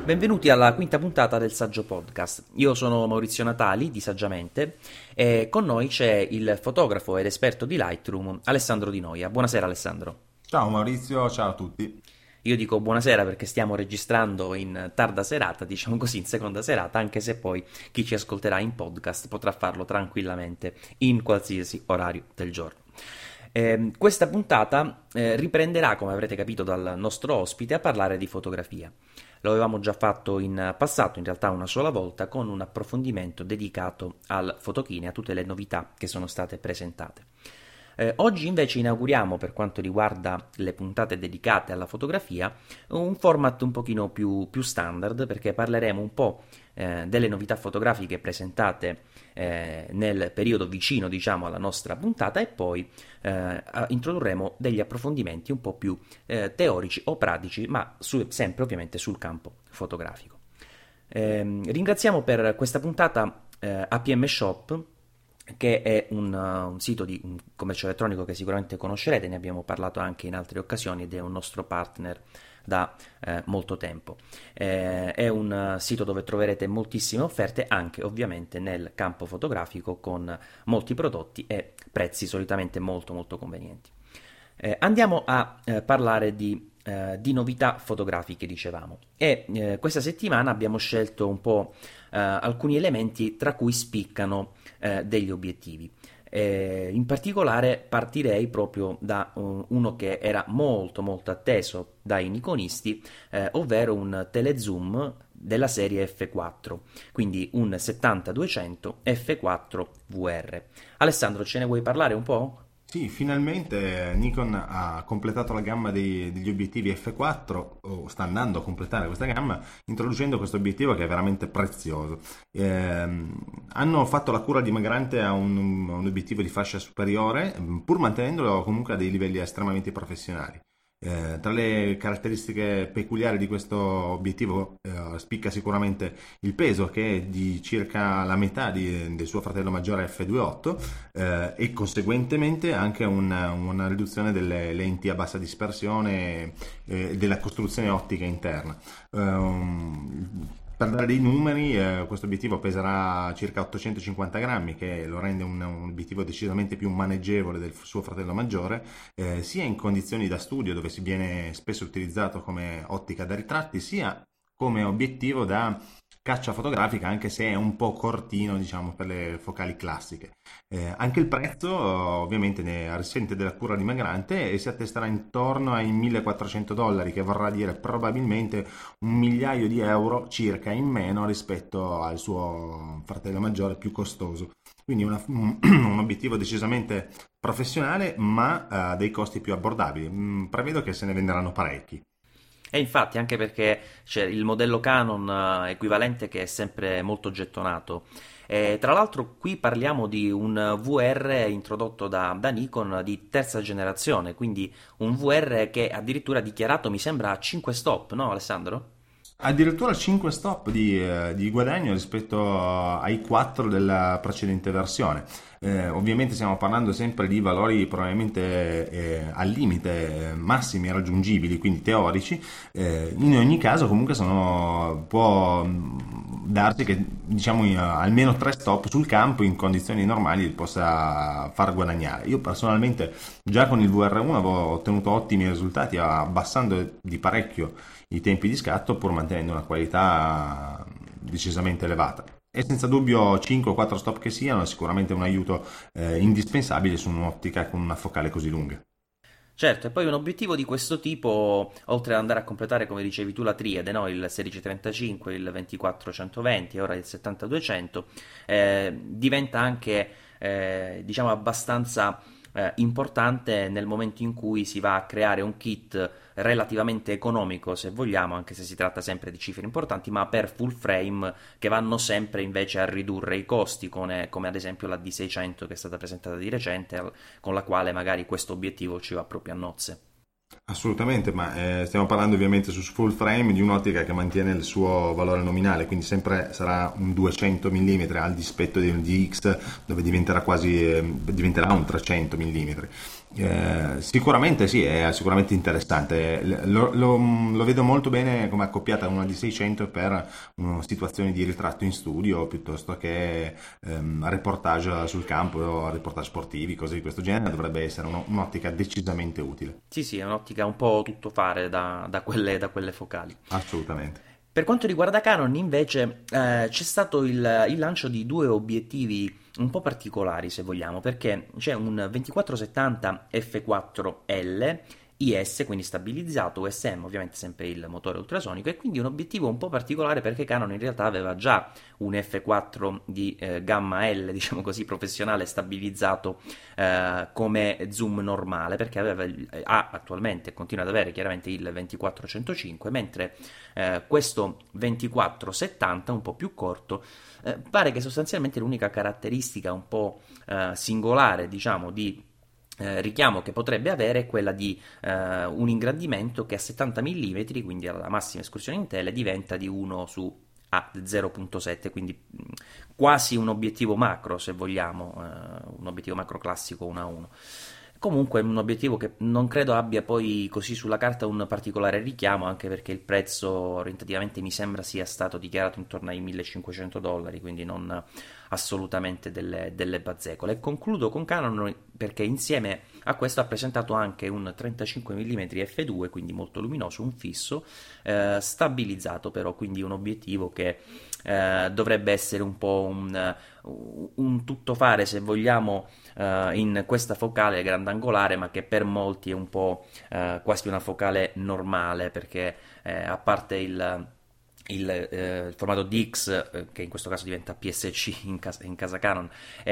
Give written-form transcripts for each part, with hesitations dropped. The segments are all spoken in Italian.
Benvenuti alla quinta puntata del Saggio Podcast. Io sono Maurizio Natali di Saggiamente e con noi c'è il fotografo ed esperto di Lightroom Alessandro Di Noia. Buonasera Alessandro. Ciao Maurizio, ciao a tutti. Io dico buonasera perché stiamo registrando in tarda serata, diciamo così, in seconda serata, anche se poi chi ci ascolterà in podcast potrà farlo tranquillamente in qualsiasi orario del giorno. Questa puntata riprenderà, come avrete capito dal nostro ospite, a parlare di fotografia. Lo avevamo già fatto in passato, in realtà una sola volta, con un approfondimento dedicato al fotokine, a tutte le novità che sono state presentate. Oggi invece inauguriamo, per quanto riguarda le puntate dedicate alla fotografia, un format un pochino più standard, perché parleremo un po' delle novità fotografiche presentate nel periodo vicino, diciamo, alla nostra puntata, e poi introdurremo degli approfondimenti un po' più teorici o pratici, ma sempre ovviamente sul campo fotografico. Ringraziamo per questa puntata APM Shop, che è un sito di un commercio elettronico che sicuramente conoscerete, ne abbiamo parlato anche in altre occasioni ed è un nostro partner da molto tempo. È un sito dove troverete moltissime offerte, anche ovviamente nel campo fotografico, con molti prodotti e prezzi solitamente molto molto convenienti. Andiamo a parlare di novità fotografiche, dicevamo, e questa settimana abbiamo scelto un po' alcuni elementi tra cui spiccano degli obiettivi. In particolare partirei proprio da uno che era molto molto atteso dai nikonisti, ovvero un telezoom della serie F4, quindi un 70-200 F4 VR. Alessandro, ce ne vuoi parlare un po'? Sì, finalmente Nikon ha completato la gamma degli obiettivi F4, o sta andando a completare questa gamma, introducendo questo obiettivo che è veramente prezioso. Hanno fatto la cura dimagrante a un obiettivo di fascia superiore, pur mantenendolo comunque a dei livelli estremamente professionali. Tra le caratteristiche peculiari di questo obiettivo spicca sicuramente il peso, che è di circa la metà del suo fratello maggiore F2.8, e conseguentemente anche una riduzione delle lenti a bassa dispersione e della costruzione ottica interna. Per dare dei numeri, questo obiettivo peserà circa 850 grammi, che lo rende un obiettivo decisamente più maneggevole del suo fratello maggiore, sia in condizioni da studio, dove si viene spesso utilizzato come ottica da ritratti, sia come obiettivo da caccia fotografica, anche se è un po' cortino, diciamo, per le focali classiche. Anche il prezzo ovviamente ne risente della cura dimagrante e si attesterà intorno ai $1.400, che vorrà dire probabilmente €1.000.000 circa in meno rispetto al suo fratello maggiore più costoso. Quindi un obiettivo decisamente professionale, ma a dei costi più abbordabili. Prevedo che se ne venderanno parecchi. E infatti, anche perché c'è il modello Canon equivalente, che è sempre molto gettonato. Tra l'altro qui parliamo di un VR introdotto da Nikon di terza generazione, quindi un VR che addirittura ha dichiarato, mi sembra, a 5 stop, no Alessandro? Addirittura 5 stop di guadagno rispetto ai 4 della precedente versione. Ovviamente stiamo parlando sempre di valori probabilmente al limite, massimi raggiungibili, quindi teorici. In ogni caso comunque può darsi che, diciamo, almeno 3 stop sul campo in condizioni normali possa far guadagnare. Io personalmente già con il VR1 avevo ottenuto ottimi risultati, abbassando di parecchio i tempi di scatto, pur mantenendo una qualità decisamente elevata. E senza dubbio 5 o 4 stop che siano è sicuramente un aiuto indispensabile su un'ottica con una focale così lunga. Certo, e poi un obiettivo di questo tipo, oltre ad andare a completare, come dicevi tu, la triade, no? Il 16-35, il 24-120 e ora il 70-200, diventa anche, diciamo, abbastanza importante nel momento in cui si va a creare un kit relativamente economico, se vogliamo, anche se si tratta sempre di cifre importanti, ma per full frame, che vanno sempre invece a ridurre i costi, come ad esempio la D600 che è stata presentata di recente, con la quale magari questo obiettivo ci va proprio a nozze. Assolutamente, ma stiamo parlando ovviamente su full frame di un'ottica che mantiene il suo valore nominale, quindi sempre sarà un 200 mm al dispetto di X, dove diventerà un 300 mm. Sicuramente sì, è sicuramente interessante. Lo vedo molto bene come accoppiata a una di 600 per situazioni di ritratto in studio piuttosto che reportage sul campo, reportage sportivi, cose di questo genere. Dovrebbe essere un'ottica decisamente utile. Sì, sì, è un'ottica un po' tuttofare da quelle focali. Assolutamente. Per quanto riguarda Canon, invece, c'è stato il lancio di due obiettivi un po' particolari, se vogliamo, perché c'è un 2470 f4L IS, quindi stabilizzato, USM, ovviamente sempre il motore ultrasonico, e quindi un obiettivo un po' particolare perché Canon in realtà aveva già un f4 di gamma L, diciamo così, professionale, stabilizzato come zoom normale, perché ha attualmente e continua ad avere chiaramente il 24-105, mentre questo 24-70, un po' più corto, pare che sostanzialmente l'unica caratteristica un po' singolare, diciamo, di richiamo che potrebbe avere è quella di un ingrandimento che a 70 mm, quindi alla massima escursione in tele, diventa di 1 su a 0.7, quindi quasi un obiettivo macro, se vogliamo, un obiettivo macro classico 1 a 1. Comunque è un obiettivo che non credo abbia poi così sulla carta un particolare richiamo, anche perché il prezzo orientativamente mi sembra sia stato dichiarato intorno ai $1.500, quindi non assolutamente delle bazzecole. E concludo con Canon perché insieme a questo ha presentato anche un 35 mm f2, quindi molto luminoso, un fisso, stabilizzato però, quindi un obiettivo che dovrebbe essere un po' un tuttofare, se vogliamo, in questa focale grandangolare, ma che per molti è un po' quasi una focale normale, perché a parte il formato DX, che in questo caso diventa PSC in casa Canon,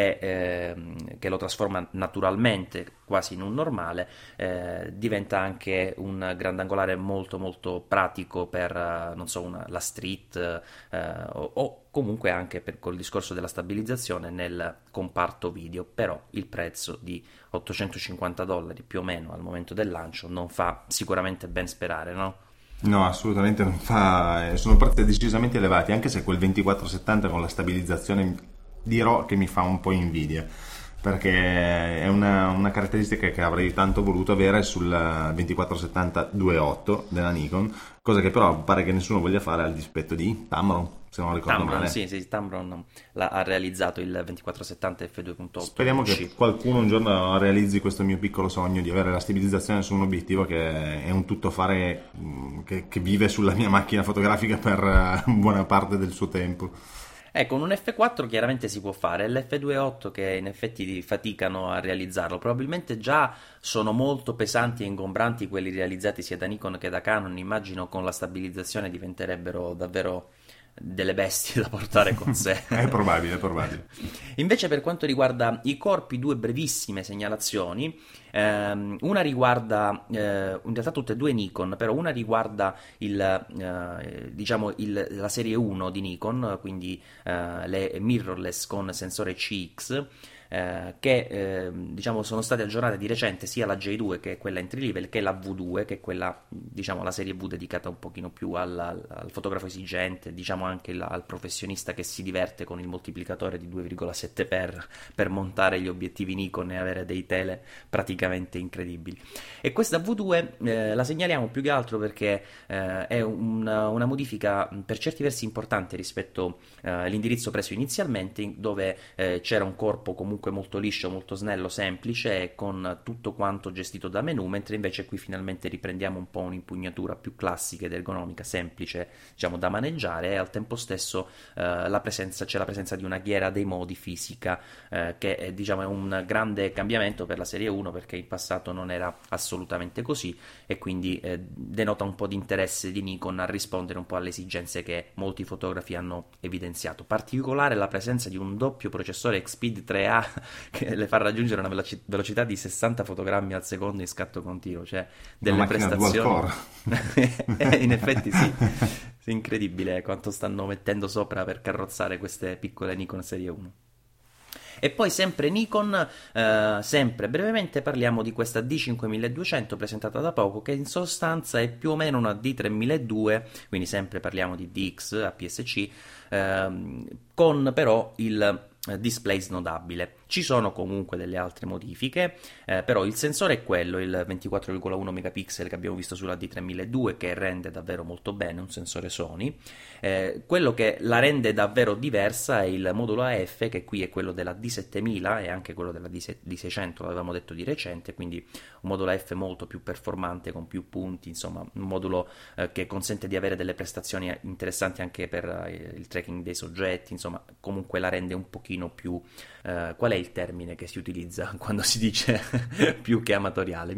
che lo trasforma naturalmente quasi in un normale, diventa anche un grandangolare molto molto pratico per, non so, la street, o comunque anche col discorso della stabilizzazione nel comparto video. Però il prezzo di $850 più o meno al momento del lancio non fa sicuramente ben sperare, no? No, assolutamente non fa. Sono prezzi decisamente elevati, anche se quel 2470 con la stabilizzazione dirò che mi fa un po' invidia, perché è una caratteristica che avrei tanto voluto avere sul 2470 2.8 della Nikon, cosa che però pare che nessuno voglia fare al dispetto di Tamron, se non ricordo Tamron, male. sì, sì, Tamron ha realizzato il 2470 f2.8. Speriamo che qualcuno un giorno realizzi questo mio piccolo sogno di avere la stabilizzazione su un obiettivo che è un tuttofare che vive sulla mia macchina fotografica per buona parte del suo tempo. Con un F4 chiaramente si può fare, l'F2.8 che in effetti faticano a realizzarlo, probabilmente già sono molto pesanti e ingombranti quelli realizzati sia da Nikon che da Canon, immagino con la stabilizzazione diventerebbero davvero delle bestie da portare con sé. È probabile, è probabile. Invece per quanto riguarda i corpi, due brevissime segnalazioni. Una riguarda, in realtà tutte e due Nikon, però una riguarda la serie 1 di Nikon, quindi le mirrorless con sensore CX, che diciamo sono state aggiornate di recente, sia la J2 che è quella entry level, che la V2 che è quella, diciamo, la serie V dedicata un pochino più al fotografo esigente, diciamo anche al professionista che si diverte con il moltiplicatore di 2,7 per montare gli obiettivi Nikon e avere dei tele praticamente incredibili. E questa V2 la segnaliamo più che altro perché è una modifica per certi versi importante rispetto all'indirizzo preso inizialmente, dove c'era un corpo comunque molto liscio, molto snello, semplice e con tutto quanto gestito da menu, mentre invece qui finalmente riprendiamo un po' un'impugnatura più classica ed ergonomica, semplice, diciamo, da maneggiare, e al tempo stesso c'è la presenza di una ghiera dei modi fisica, che è, diciamo, è un grande cambiamento per la serie 1, perché in passato non era assolutamente così, e quindi denota un po' di interesse di Nikon a rispondere un po' alle esigenze che molti fotografi hanno evidenziato. Particolare la presenza di un doppio processore Xpeed 3A che le fa raggiungere una velocità di 60 fotogrammi al secondo in scatto continuo, cioè delle prestazioni. In effetti sì, è incredibile quanto stanno mettendo sopra per carrozzare queste piccole Nikon serie 1. E poi sempre Nikon, sempre brevemente parliamo di questa D5200 presentata da poco, che in sostanza è più o meno una D3200, quindi sempre parliamo di DX APS-C, con però il display snodabile. Ci sono comunque delle altre modifiche, però il sensore è quello, il 24,1 megapixel che abbiamo visto sulla D3200, che rende davvero molto bene, un sensore Sony. Quello che la rende davvero diversa è il modulo AF, che qui è quello della D7000 e anche quello della D600, l'avevamo detto di recente, quindi un modulo AF molto più performante, con più punti, insomma un modulo che consente di avere delle prestazioni interessanti anche per il tracking dei soggetti, insomma comunque la rende un pochino più qual è il termine che si utilizza quando si dice più che amatoriale?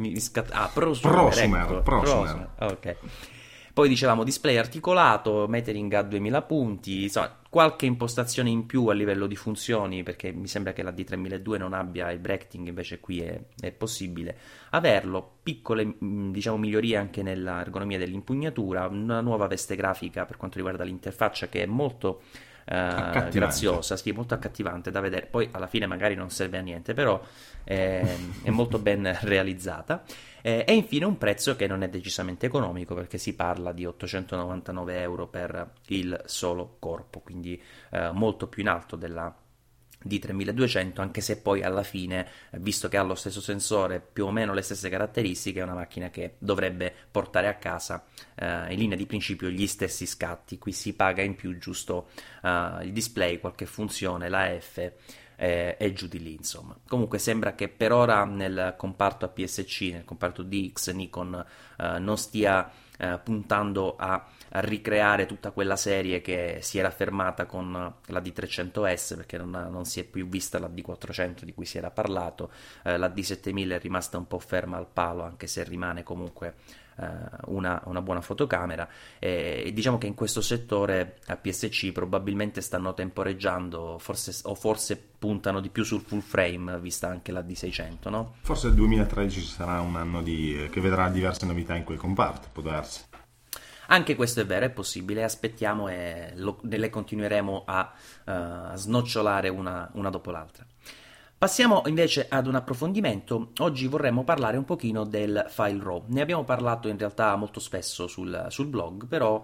Prosumer. Prosumer. Ok. Poi dicevamo display articolato, metering a 2000 punti, insomma qualche impostazione in più a livello di funzioni, perché mi sembra che la D3200 non abbia il bracketing, invece qui è possibile averlo. Piccole diciamo migliorie anche nell'ergonomia dell'impugnatura, una nuova veste grafica per quanto riguarda l'interfaccia che è molto graziosa, sì, molto accattivante da vedere. Poi alla fine magari non serve a niente, però è molto ben realizzata. E infine un prezzo che non è decisamente economico, perché si parla di 899 euro per il solo corpo, quindi molto più in alto della D3200, anche se poi alla fine, visto che ha lo stesso sensore, più o meno le stesse caratteristiche, è una macchina che dovrebbe portare a casa in linea di principio gli stessi scatti. Qui si paga in più giusto il display, qualche funzione, la F e giù di lì, insomma. Comunque sembra che per ora nel comparto APS-C, nel comparto DX, Nikon non stia puntando a ricreare tutta quella serie che si era fermata con la D300S, perché non si è più vista la D400 di cui si era parlato. La D7000 è rimasta un po' ferma al palo, anche se rimane comunque una buona fotocamera, e diciamo che in questo settore APS-C probabilmente stanno temporeggiando, forse puntano di più sul full frame, vista anche la D600, no? Forse il 2013 sarà un anno che vedrà diverse novità in quel comparto, può darsi. Anche questo è vero, è possibile, aspettiamo e le continueremo a snocciolare una dopo l'altra. Passiamo invece ad un approfondimento. Oggi vorremmo parlare un pochino del file RAW. Ne abbiamo parlato in realtà molto spesso sul blog, però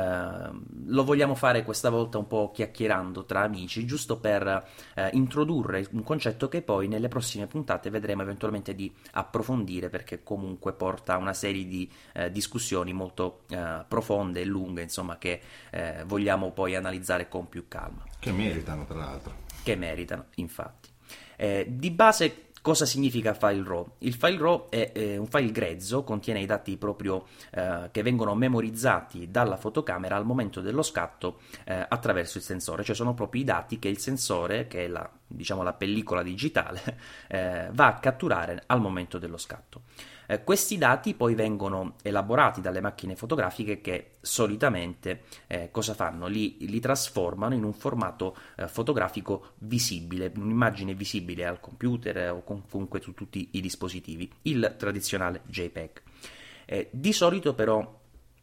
lo vogliamo fare questa volta un po' chiacchierando tra amici, giusto per introdurre un concetto che poi nelle prossime puntate vedremo eventualmente di approfondire, perché comunque porta a una serie di discussioni molto profonde e lunghe, insomma, che vogliamo poi analizzare con più calma. Che meritano, tra l'altro. Che meritano, infatti. Di base, cosa significa file RAW? Il file RAW è un file grezzo, contiene i dati proprio che vengono memorizzati dalla fotocamera al momento dello scatto attraverso il sensore, cioè sono proprio i dati che il sensore, che è la pellicola digitale, va a catturare al momento dello scatto. Questi dati poi vengono elaborati dalle macchine fotografiche, che solitamente cosa fanno? Li trasformano in un formato fotografico visibile, un'immagine visibile al computer o comunque su tutti i dispositivi, il tradizionale JPEG. Di solito però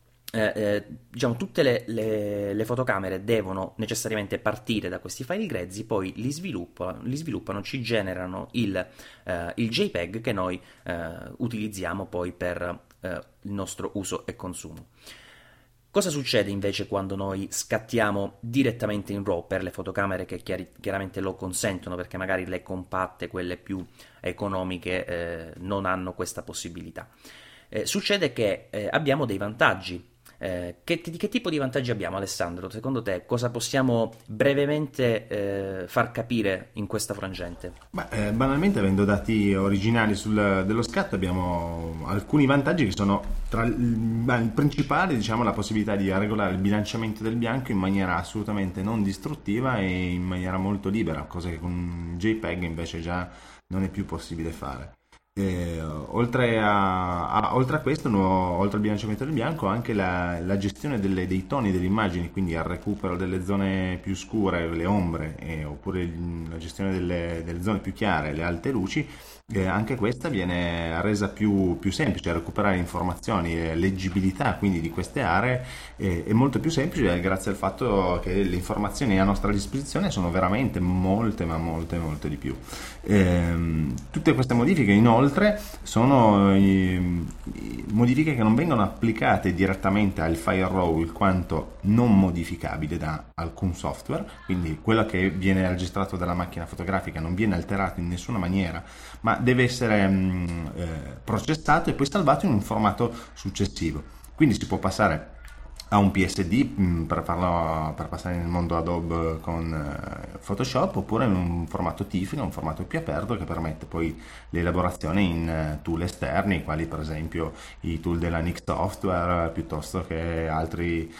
diciamo tutte le fotocamere devono necessariamente partire da questi file grezzi, poi li sviluppano, ci generano il JPEG che noi utilizziamo poi per il nostro uso e consumo. Cosa succede invece quando noi scattiamo direttamente in RAW per le fotocamere che chiaramente lo consentono, perché magari le compatte, quelle più economiche, non hanno questa possibilità? Succede che abbiamo dei vantaggi. Che tipo di vantaggi abbiamo, Alessandro? Secondo te cosa possiamo brevemente far capire in questa frangente? Banalmente, avendo dati originali dello scatto, abbiamo alcuni vantaggi che sono il principale, diciamo, la possibilità di regolare il bilanciamento del bianco in maniera assolutamente non distruttiva e in maniera molto libera, cosa che con JPEG invece già non è più possibile fare. Oltre a questo, oltre al bilanciamento del bianco, anche la gestione dei toni delle immagini, quindi il recupero delle zone più scure, le ombre, oppure la gestione delle zone più chiare, le alte luci, anche questa viene resa più semplice. Recuperare informazioni, leggibilità quindi di queste aree è molto più semplice grazie al fatto che le informazioni a nostra disposizione sono veramente molte, ma molte di più. Tutte queste modifiche inoltre Inoltre sono modifiche che non vengono applicate direttamente al file RAW in quanto non modificabile da alcun software, quindi quello che viene registrato dalla macchina fotografica non viene alterato in nessuna maniera, ma deve essere processato e poi salvato in un formato successivo. Quindi si può passare a un PSD per passare nel mondo Adobe con Photoshop, oppure in un formato TIFF, un formato più aperto che permette poi l'elaborazione in tool esterni, quali per esempio i tool della Nix Software, piuttosto che altri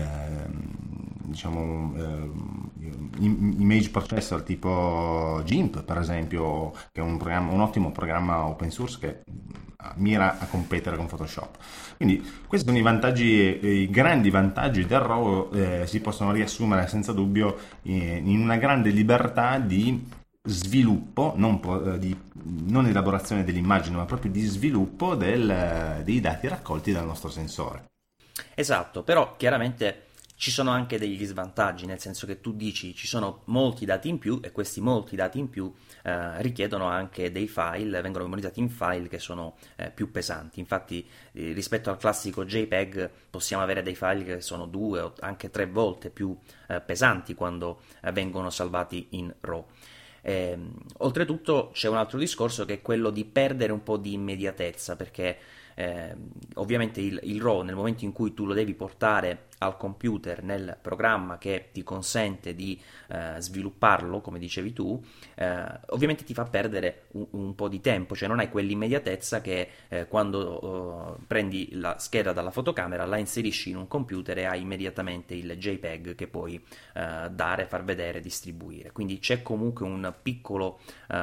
image processor tipo GIMP, per esempio, che è un ottimo programma open source che mira a competere con Photoshop. Quindi questi sono i vantaggi, i grandi vantaggi del RAW, si possono riassumere senza dubbio in una grande libertà di sviluppo, non elaborazione dell'immagine, ma proprio di sviluppo dei dati raccolti dal nostro sensore. Esatto, però chiaramente ci sono anche degli svantaggi, nel senso che tu dici ci sono molti dati in più e questi molti dati in più richiedono anche dei file, vengono memorizzati in file che sono più pesanti. Infatti rispetto al classico JPEG possiamo avere dei file che sono 2 o anche 3 volte più pesanti quando vengono salvati in RAW. Oltretutto c'è un altro discorso che è quello di perdere un po' di immediatezza, perché ovviamente il RAW, nel momento in cui tu lo devi portare al computer nel programma che ti consente di svilupparlo, come dicevi tu, ovviamente ti fa perdere un po' di tempo, cioè non hai quell'immediatezza che quando prendi la scheda dalla fotocamera, la inserisci in un computer e hai immediatamente il JPEG che puoi dare, far vedere, distribuire. Quindi c'è comunque una piccola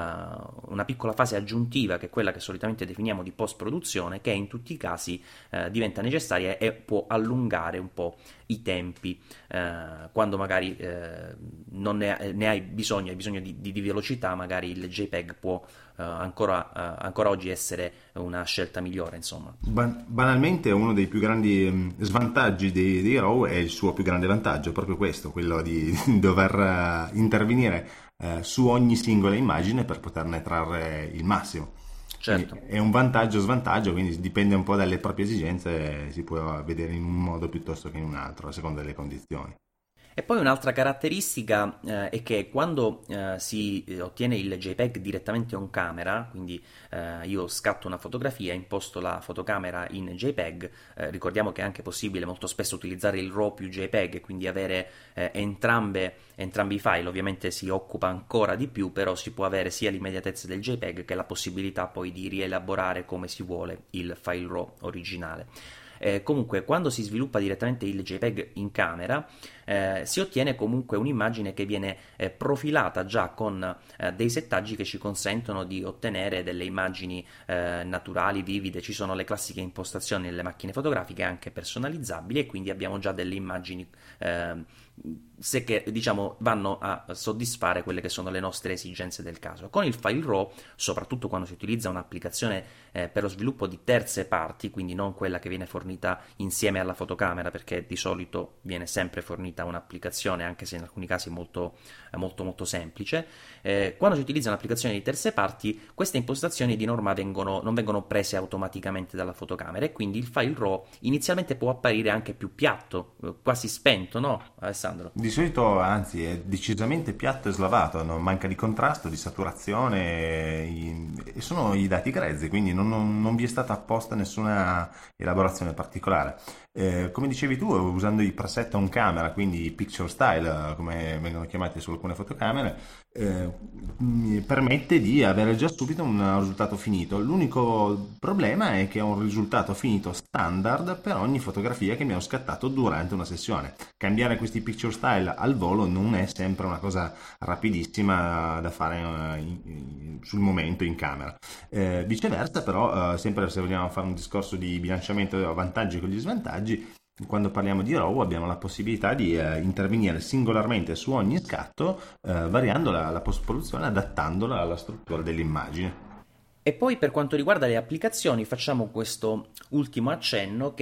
fase aggiuntiva, che è quella che solitamente definiamo di post-produzione, che in tutti i casi diventa necessaria e può allungare un po' i tempi quando magari non ne hai bisogno di velocità. Magari il JPEG può ancora oggi essere una scelta migliore, insomma. Banalmente uno dei più grandi svantaggi di RAW è il suo più grande vantaggio, proprio questo, quello di dover intervenire su ogni singola immagine per poterne trarre il massimo. Certo. Quindi è un vantaggio-svantaggio, quindi dipende un po' dalle proprie esigenze, si può vedere in un modo piuttosto che in un altro, a seconda delle condizioni. E poi un'altra caratteristica è che quando si ottiene il JPEG direttamente on camera, quindi io scatto una fotografia, imposto la fotocamera in JPEG, ricordiamo che è anche possibile molto spesso utilizzare il RAW più JPEG e quindi avere entrambi i file. Ovviamente si occupa ancora di più, però si può avere sia l'immediatezza del JPEG che la possibilità poi di rielaborare come si vuole il file RAW originale. Comunque, quando si sviluppa direttamente il JPEG in camera, si ottiene comunque un'immagine che viene profilata già con dei settaggi che ci consentono di ottenere delle immagini naturali, vivide. Ci sono le classiche impostazioni nelle macchine fotografiche anche personalizzabili, e quindi abbiamo già delle immagini che diciamo vanno a soddisfare quelle che sono le nostre esigenze del caso. Con il file RAW, soprattutto quando si utilizza un'applicazione per lo sviluppo di terze parti, quindi non quella che viene fornita insieme alla fotocamera, perché di solito viene sempre fornita un'applicazione, anche se in alcuni casi molto semplice. Quando si utilizza un'applicazione di terze parti, queste impostazioni di norma non vengono prese automaticamente dalla fotocamera, e quindi il file RAW inizialmente può apparire anche più piatto, quasi spento, no, Alessandro? Di solito, anzi, è decisamente piatto e slavato, manca di contrasto, di saturazione, e sono i dati grezzi, quindi non vi è stata apposta nessuna elaborazione particolare. Come dicevi tu, usando i preset on camera, quindi i picture style, come vengono chiamati su alcune fotocamere, permette di avere già subito un risultato finito. L'unico problema è che è un risultato finito standard per ogni fotografia che abbiamo scattato durante una sessione. Cambiare questi picture style al volo non è sempre una cosa rapidissima da fare sul momento in camera. Viceversa, però, sempre se vogliamo fare un discorso di bilanciamento dei vantaggi con gli svantaggi, quando parliamo di RAW abbiamo la possibilità di intervenire singolarmente su ogni scatto, variando la post-produzione, adattandola alla struttura dell'immagine. E poi per quanto riguarda le applicazioni facciamo questo ultimo accenno, che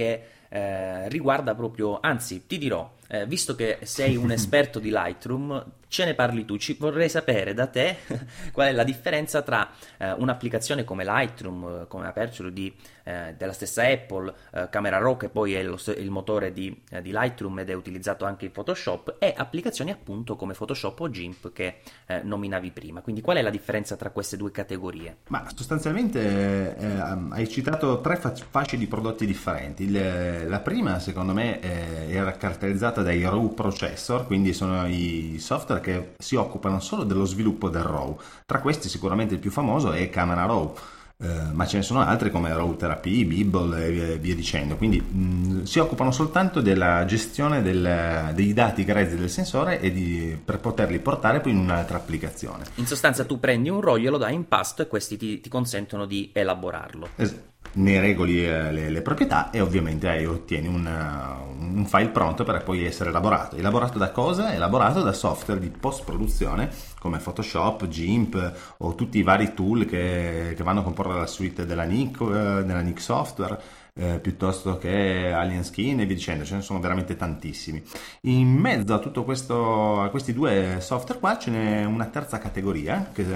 riguarda proprio, anzi ti dirò, visto che sei un esperto di Lightroom, ce ne parli tu, vorrei sapere da te qual è la differenza tra un'applicazione come Lightroom, come Aperture della stessa Apple, Camera Raw che poi è il motore di Lightroom ed è utilizzato anche in Photoshop, e applicazioni appunto come Photoshop o GIMP che nominavi prima. Quindi qual è la differenza tra queste due categorie? Ma sostanzialmente hai citato tre fasce di prodotti differenti. La prima, secondo me, era caratterizzata dai RAW processor, quindi sono i software che si occupano solo dello sviluppo del RAW. Tra questi sicuramente il più famoso è Camera Raw. Ma ce ne sono altri come Raw Therapy, Bibble e via dicendo, quindi si occupano soltanto della gestione dei dati grezzi del sensore per poterli portare poi in un'altra applicazione. In sostanza tu prendi un RAW, glielo dai in pasto e questi ti consentono di elaborarlo. Ne regoli le proprietà e ovviamente ottieni un file pronto per poi essere elaborato. Elaborato da cosa? Elaborato da software di post-produzione come Photoshop, GIMP o tutti i vari tool che vanno a comporre la suite della Nik Software, piuttosto che Alien Skin e via dicendo, ce ne sono veramente tantissimi. In mezzo a tutto questo, a questi due software qua, ce n'è una terza categoria che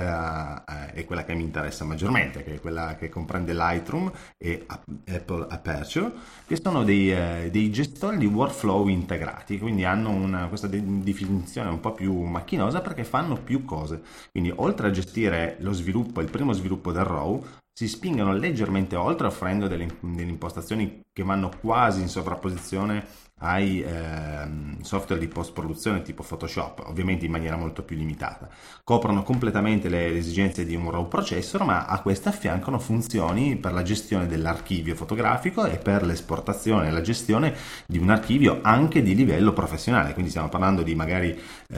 è quella che mi interessa maggiormente, che è quella che comprende Lightroom e Apple Aperture, che sono dei gestori di workflow integrati, quindi hanno questa definizione un po' più macchinosa perché fanno più cose. Quindi oltre a gestire lo sviluppo, il primo sviluppo del RAW, si spingono leggermente oltre offrendo delle impostazioni che vanno quasi in sovrapposizione ai software di post-produzione tipo Photoshop, ovviamente in maniera molto più limitata. Coprono completamente le esigenze di un RAW processor, ma a queste affiancano funzioni per la gestione dell'archivio fotografico e per l'esportazione e la gestione di un archivio anche di livello professionale, quindi stiamo parlando di magari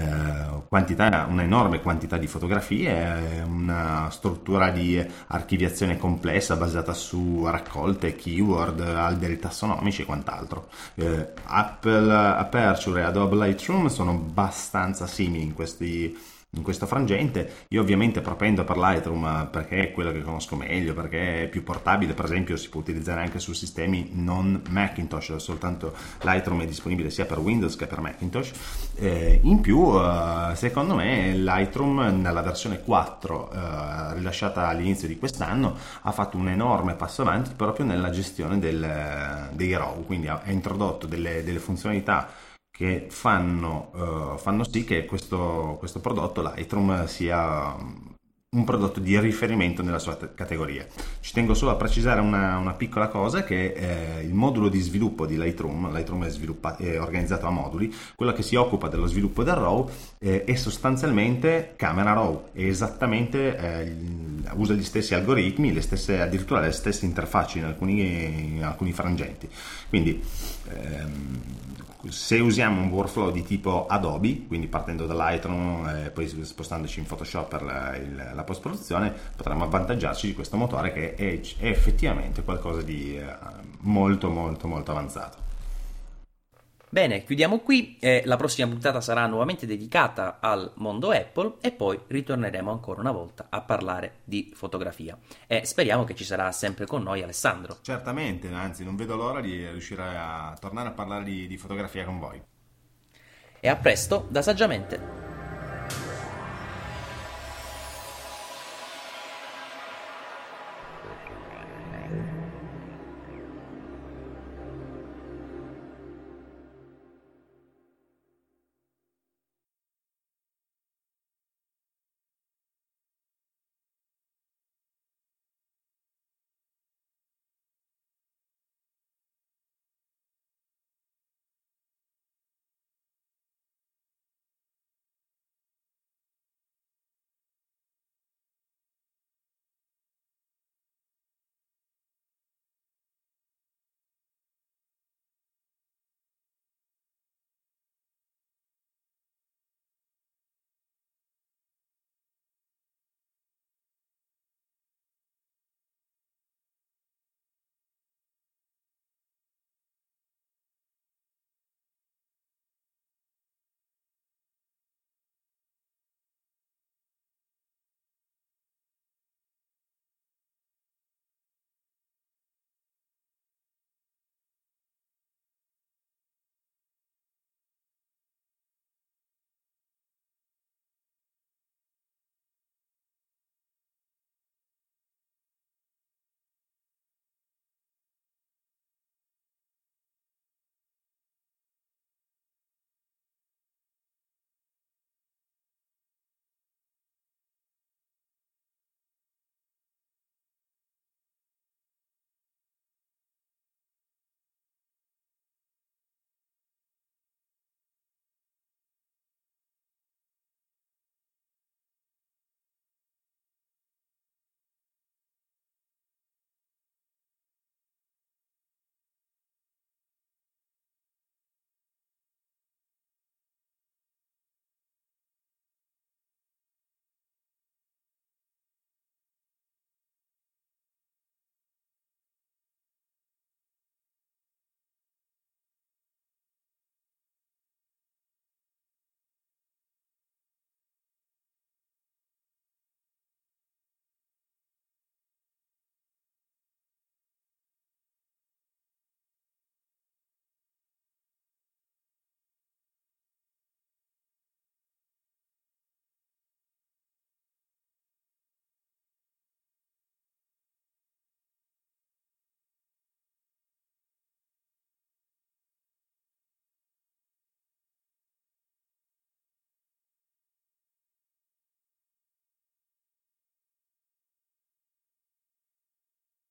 un'enorme quantità di fotografie, una struttura di archiviazione complessa basata su raccolte, keyword, alberi tassonomici e quant'altro. Apple Aperture e Adobe Lightroom sono abbastanza simili in questo frangente. Io ovviamente propendo per Lightroom perché è quello che conosco meglio, perché è più portabile, per esempio si può utilizzare anche su sistemi non Macintosh, soltanto Lightroom è disponibile sia per Windows che per Macintosh. In più secondo me Lightroom nella versione 4 rilasciata all'inizio di quest'anno ha fatto un enorme passo avanti proprio nella gestione dei RAW, quindi ha introdotto delle funzionalità che fanno sì che questo prodotto Lightroom sia un prodotto di riferimento nella sua categoria. Ci tengo solo a precisare una piccola cosa, che il modulo di sviluppo di Lightroom è organizzato a moduli. Quello che si occupa dello sviluppo del RAW è sostanzialmente Camera Raw, è esattamente usa gli stessi algoritmi, addirittura le stesse interfacce in alcuni frangenti. Quindi se usiamo un workflow di tipo Adobe, quindi partendo da Lightroom e poi spostandoci in Photoshop per la post-produzione, potremmo avvantaggiarci di questo motore che è effettivamente qualcosa di molto molto molto avanzato. Bene, chiudiamo qui, la prossima puntata sarà nuovamente dedicata al mondo Apple e poi ritorneremo ancora una volta a parlare di fotografia e speriamo che ci sarà sempre con noi Alessandro. Certamente, anzi non vedo l'ora di riuscire a tornare a parlare di fotografia con voi. E a presto da Saggiamente!